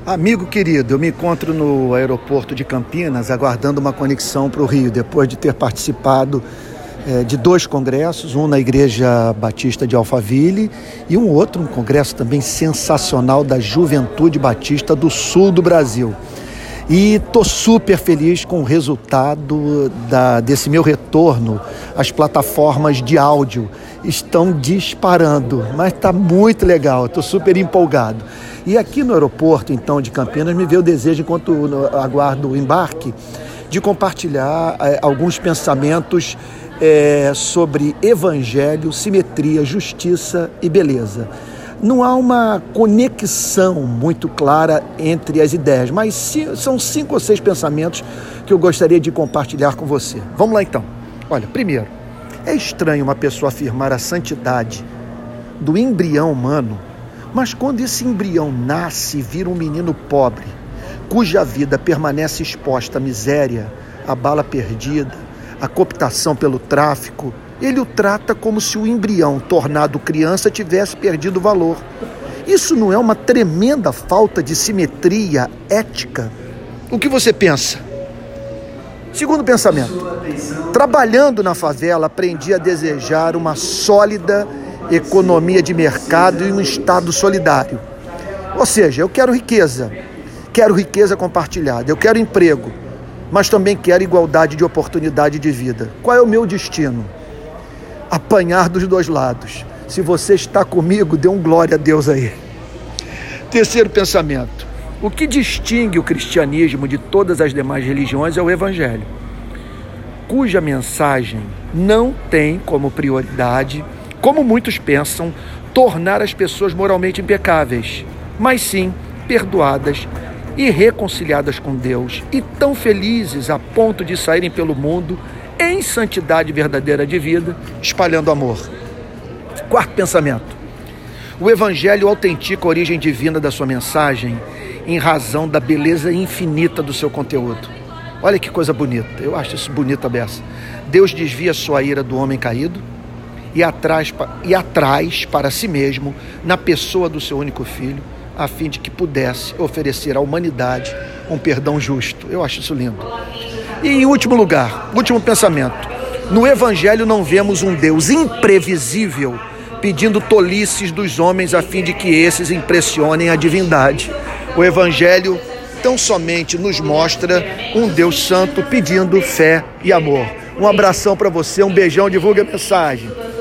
Amigo querido, eu me encontro no aeroporto de Campinas aguardando uma conexão para o Rio, depois de ter participado de 2 congressos, um na Igreja Batista de Alphaville e um congresso também sensacional da Juventude Batista do Sul do Brasil. E estou super feliz com o resultado desse meu retorno. As plataformas de áudio estão disparando, mas está muito legal, estou super empolgado. E aqui no aeroporto, então, de Campinas, me veio o desejo, enquanto aguardo o embarque, de compartilhar alguns pensamentos sobre evangelho, simetria, justiça e beleza. Não há uma conexão muito clara entre as ideias, mas são 5 ou 6 pensamentos que eu gostaria de compartilhar com você. Vamos lá então. Olha, primeiro, é estranho uma pessoa afirmar a santidade do embrião humano, mas quando esse embrião nasce e vira um menino pobre, cuja vida permanece exposta à miséria, à bala perdida, à cooptação pelo tráfico, ele o trata como se o embrião, tornado criança, tivesse perdido valor. Isso não é uma tremenda falta de simetria ética? O que você pensa? Segundo pensamento, trabalhando na favela, aprendi a desejar uma sólida economia de mercado e um Estado solidário. Ou seja, eu quero riqueza compartilhada, eu quero emprego, mas também quero igualdade de oportunidade de vida. Qual é o meu destino? Apanhar dos 2 lados. Se você está comigo, dê um glória a Deus aí. Terceiro pensamento. O que distingue o cristianismo de todas as demais religiões é o evangelho, cuja mensagem não tem como prioridade, como muitos pensam, tornar as pessoas moralmente impecáveis, mas sim perdoadas e reconciliadas com Deus e tão felizes a ponto de saírem pelo mundo em santidade verdadeira de vida, espalhando amor. Quarto pensamento. O Evangelho autentica a origem divina da sua mensagem em razão da beleza infinita do seu conteúdo. Olha que coisa bonita, eu acho isso bonito a beça. Deus desvia sua ira do homem caído e atraz para si mesmo, na pessoa do seu único filho, a fim de que pudesse oferecer à humanidade um perdão justo. Eu acho isso lindo. E em último lugar, último pensamento, no Evangelho não vemos um Deus imprevisível pedindo tolices dos homens a fim de que esses impressionem a divindade. O Evangelho tão somente nos mostra um Deus santo pedindo fé e amor. Um abração para você, um beijão, divulgue a mensagem.